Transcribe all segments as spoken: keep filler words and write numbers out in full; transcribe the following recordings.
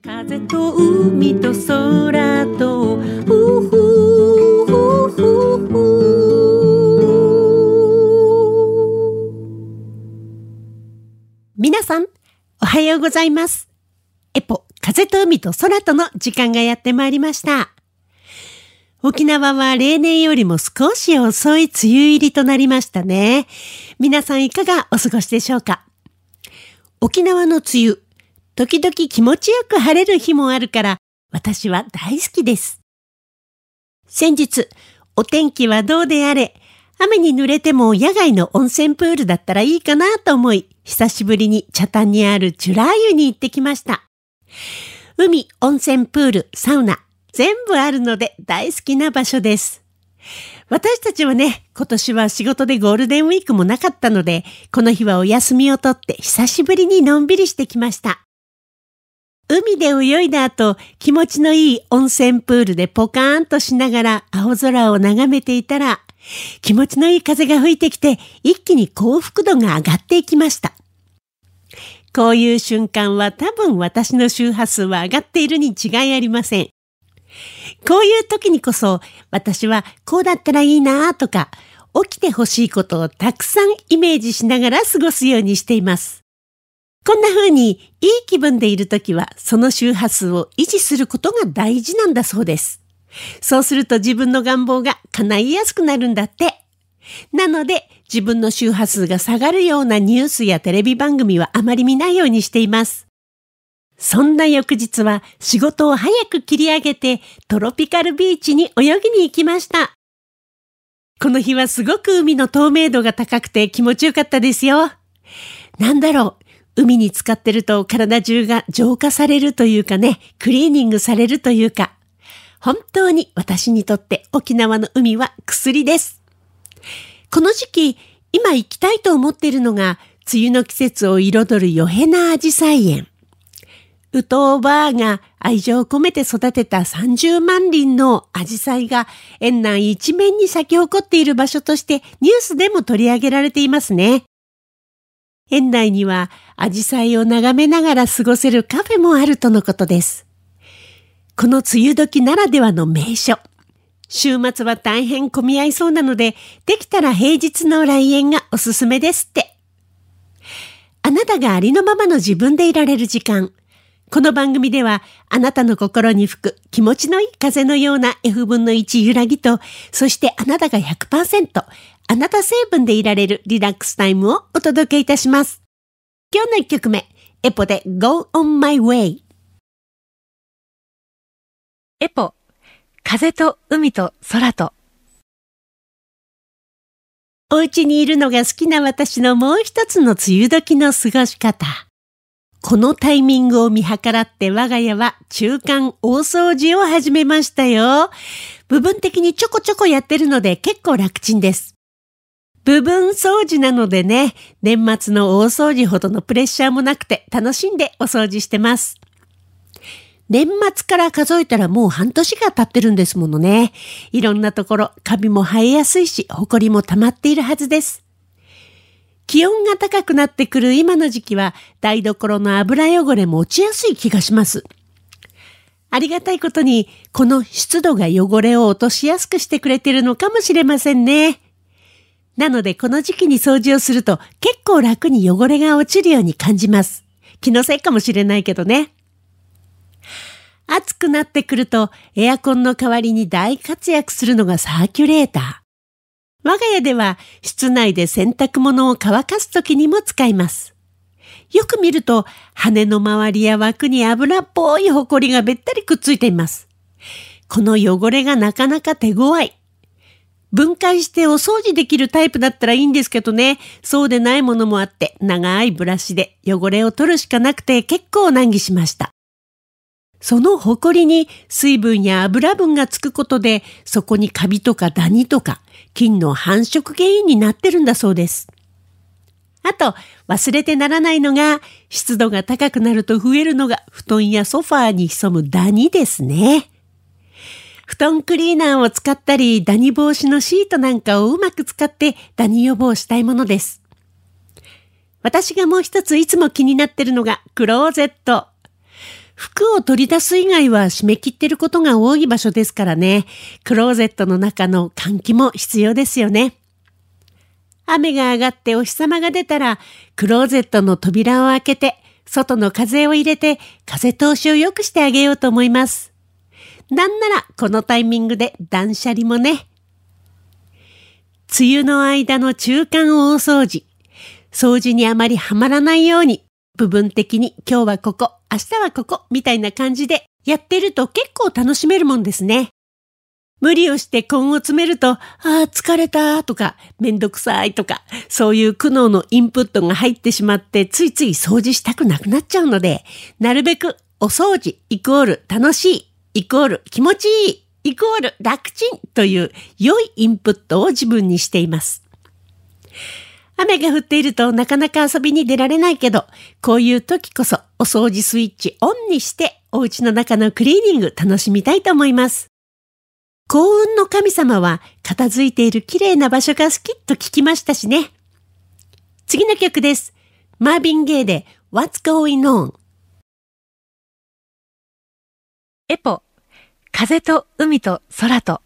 風と海と空とふふふふふ皆さんおはようございます。エポ風と海と空との時間がやってまいりました。沖縄は例年よりも少し遅い梅雨入りとなりましたね。皆さんいかがお過ごしでしょうか。沖縄の梅雨、時々気持ちよく晴れる日もあるから私は大好きです。先日お天気はどうであれ、雨に濡れても野外の温泉プールだったらいいかなと思い、久しぶりに北谷にあるチュラー湯に行ってきました。海、温泉プール、サウナ全部あるので大好きな場所です。私たちはね、今年は仕事でゴールデンウィークもなかったので、この日はお休みをとって久しぶりにのんびりしてきました。海で泳いだ後、気持ちのいい温泉プールでポカーンとしながら青空を眺めていたら、気持ちのいい風が吹いてきて、一気に幸福度が上がっていきました。こういう瞬間は多分私の周波数は上がっているに違いありません。こういう時にこそ私はこうだったらいいなとか起きてほしいことをたくさんイメージしながら過ごすようにしています。こんな風にいい気分でいる時はその周波数を維持することが大事なんだそうです。そうすると自分の願望が叶いやすくなるんだって。なので自分の周波数が下がるようなニュースやテレビ番組はあまり見ないようにしています。そんな翌日は仕事を早く切り上げてトロピカルビーチに泳ぎに行きました。この日はすごく海の透明度が高くて気持ちよかったですよ。なんだろう、海に浸かってると体中が浄化されるというかね、クリーニングされるというか、本当に私にとって沖縄の海は薬です。この時期、今行きたいと思っているのが梅雨の季節を彩るよへなあじさい園。うとおばあが愛情を込めて育てたさんじゅうまんりんのアジサイが園内一面に咲き誇っている場所としてニュースでも取り上げられていますね。園内にはアジサイを眺めながら過ごせるカフェもあるとのことです。この梅雨時ならではの名所。週末は大変混み合いそうなので、できたら平日の来園がおすすめですって。あなたがありのままの自分でいられる時間。この番組ではあなたの心に吹く気持ちのいい風のような エフぶんのいち 揺らぎと、そしてあなたが ひゃくパーセント あなた成分でいられるリラックスタイムをお届けいたします。今日のいっきょくめ、エポで Go on my way。 エポ、風と海と空と。 お家にいるのが好きな私のもう一つの梅雨時の過ごし方。このタイミングを見計らって我が家は中間大掃除を始めましたよ。部分的にちょこちょこやってるので結構楽ちんです。部分掃除なのでね、年末の大掃除ほどのプレッシャーもなくて楽しんでお掃除してます。年末から数えたらもう半年が経ってるんですものね。いろんなところカビも生えやすいし、ほこりも溜まっているはずです。気温が高くなってくる今の時期は台所の油汚れも落ちやすい気がします。ありがたいことにこの湿度が汚れを落としやすくしてくれているのかもしれませんね。なのでこの時期に掃除をすると結構楽に汚れが落ちるように感じます。気のせいかもしれないけどね。暑くなってくるとエアコンの代わりに大活躍するのがサーキュレーター。我が家では室内で洗濯物を乾かすときにも使います。よく見ると羽の周りや枠に油っぽいほこりがべったりくっついています。この汚れがなかなか手強い。分解してお掃除できるタイプだったらいいんですけどね、そうでないものもあって長いブラシで汚れを取るしかなくて結構難儀しました。そのほこりに水分や油分がつくことで、そこにカビとかダニとか菌の繁殖原因になってるんだそうです。あと忘れてならないのが、湿度が高くなると増えるのが布団やソファーに潜むダニですね。布団クリーナーを使ったり、ダニ防止のシートなんかをうまく使ってダニ予防したいものです。私がもう一ついつも気になってるのがクローゼット。 服を取り出す以外は締め切ってることが多い場所ですからね。クローゼットの中の換気も必要ですよね。雨が上がってお日様が出たら、クローゼットの扉を開けて、外の風を入れて、風通しを良くしてあげようと思います。なんなら、このタイミングで断捨離もね。梅雨の間の中間大掃除。掃除にあまりはまらないように、部分的に今日はここ、明日はここ、みたいな感じでやってると結構楽しめるもんですね。無理をして根を詰めると、ああ、疲れたとか、めんどくさいとか、そういう苦悩のインプットが入ってしまって、ついつい掃除したくなくなっちゃうので、なるべくお掃除イコール楽しい、イコール気持ちいい、イコール楽ちんという良いインプットを自分にしています。雨が降っているとなかなか遊びに出られないけど、こういう時こそお掃除スイッチオンにしてお家の中のクリーニング楽しみたいと思います。幸運の神様は片付いている綺麗な場所が好きと聞きましたしね。次の曲です。マービン・ゲイで What's Going On。 エポ、風と海と空と。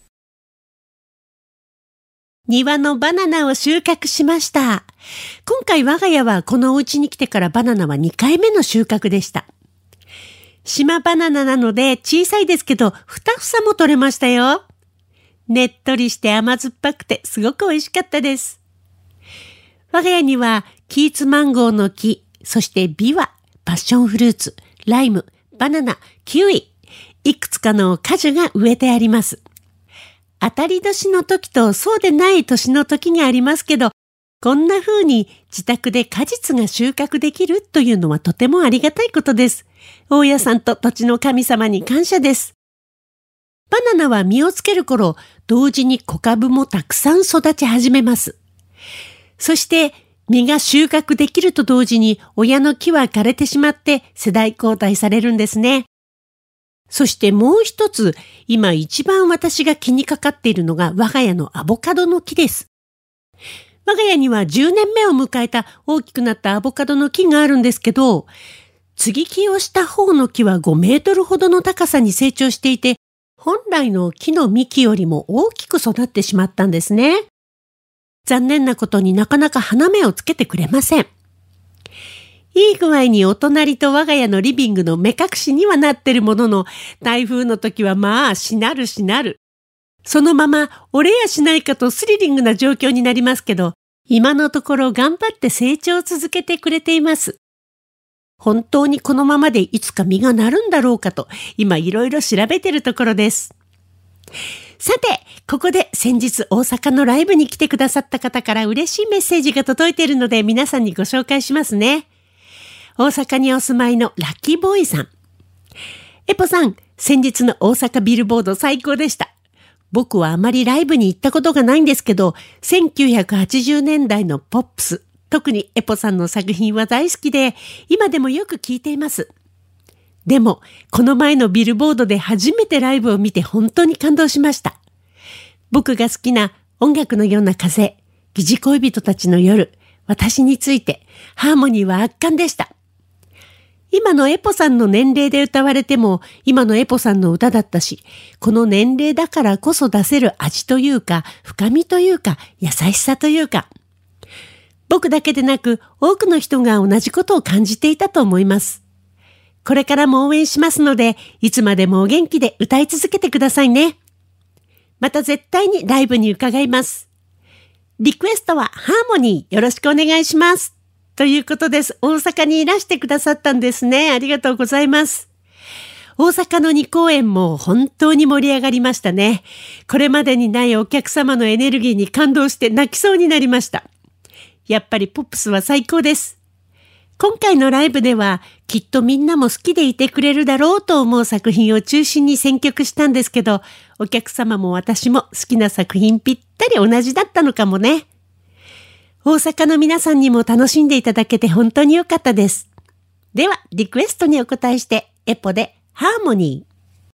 庭のバナナを収穫しました。今回我が家はこのお家に来てからバナナはにかいめの収穫でした。島バナナなので小さいですけど、二房も取れましたよ。ねっとりして甘酸っぱくてすごく美味しかったです。我が家にはキーツマンゴーの木、そしてビワ、パッションフルーツ、ライム、バナナ、キウイ、いくつかの果樹が植えてあります。当たり年の時とそうでない年の時にありますけど、こんな風に自宅で果実が収穫できるというのはとてもありがたいことです。大家さんと土地の神様に感謝です。バナナは実をつける頃、同時に小株もたくさん育ち始めます。そして実が収穫できると同時に親の木は枯れてしまって世代交代されるんですね。そしてもう一つ、今一番私が気にかかっているのが我が家のアボカドの木です。我が家にはじゅうねんめを迎えた大きくなったアボカドの木があるんですけど、接ぎ木をした方の木はごメートルほどの高さに成長していて、本来の木の幹よりも大きく育ってしまったんですね。残念なことになかなか花芽をつけてくれません。いい具合にお隣と我が家のリビングの目隠しにはなってるものの、台風の時はまあしなるしなる。そのまま折れやしないかとスリリングな状況になりますけど、今のところ頑張って成長を続けてくれています。本当にこのままでいつか実がなるんだろうかと、今いろいろ調べてるところです。さて、ここで先日大阪のライブに来てくださった方から嬉しいメッセージが届いているので皆さんにご紹介しますね。大阪にお住まいのラッキーボーイさん。エポさん、先日の大阪ビルボード最高でした。僕はあまりライブに行ったことがないんですけど、せんきゅうひゃくはちじゅうねんだいのポップス、特にエポさんの作品は大好きで、今でもよく聴いています。でも、この前のビルボードで初めてライブを見て本当に感動しました。僕が好きな音楽のような風、疑似恋人たちの夜、私について、ハーモニーは圧巻でした。今のエポさんの年齢で歌われても、今のエポさんの歌だったし、この年齢だからこそ出せる味というか、深みというか、優しさというか。僕だけでなく、多くの人が同じことを感じていたと思います。これからも応援しますので、いつまでもお元気で歌い続けてくださいね。また絶対にライブに伺います。リクエストはハーモニーよろしくお願いします。ということです。大阪にいらしてくださったんですね。ありがとうございます。大阪のに公演も本当に盛り上がりましたね。これまでにないお客様のエネルギーに感動して泣きそうになりました。やっぱりポップスは最高です。今回のライブではきっとみんなも好きでいてくれるだろうと思う作品を中心に選曲したんですけど、お客様も私も好きな作品ぴったり同じだったのかもね。大阪の皆さんにも楽しんでいただけて本当に良かったです。では、リクエストにお答えして、エポでハーモニー。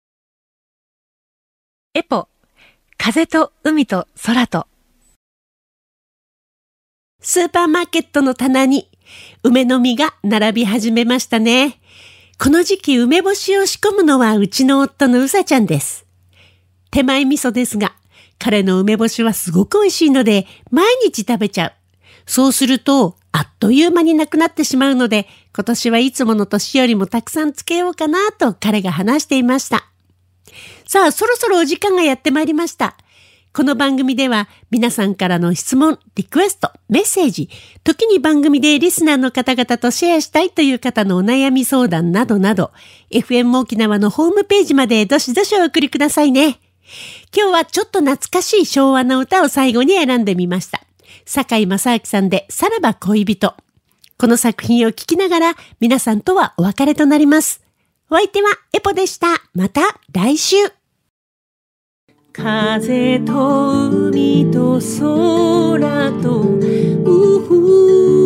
エポ、風と海と空と。 スーパーマーケットの棚に梅の実が並び始めましたね。 この時期梅干しを仕込むのはうちの夫のうさちゃんです。手前味噌ですが、彼の梅干しはすごく美味しいので、毎日食べちゃう。そうすると、あっという間になくなってしまうので、今年はいつもの年よりもたくさんつけようかなと彼が話していました。さあ、そろそろお時間がやってまいりました。この番組では皆さんからの質問、リクエスト、メッセージ、時に番組でリスナーの方々とシェアしたいという方のお悩み相談などなど、エフエム 沖縄のホームページまでどしどしお送りくださいね。今日はちょっと懐かしい昭和の歌を最後に選んでみました。堺正明さんでさらば恋人。この作品を聴きながら皆さんとはお別れとなります。お相手はエポでした。また来週。風と海と空とうふ